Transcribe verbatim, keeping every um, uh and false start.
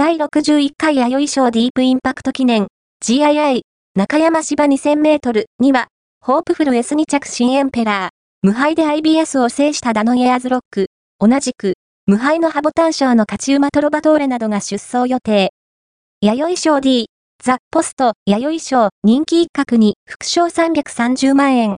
だいろくじゅういっかい弥生賞ディープインパクト記念 ジーアイアイ 中山芝にせんメートルには、ホープフル エスに 着新エンペラー、無敗で アイビーエス を制したダノンエアーズロック、同じく、無敗のハボタン賞の勝ち馬トロバトーレなどが出走予定。弥生賞 D、ザ・ポスト、弥生賞人気一角に副賞さんびゃくさんじゅうまんえん。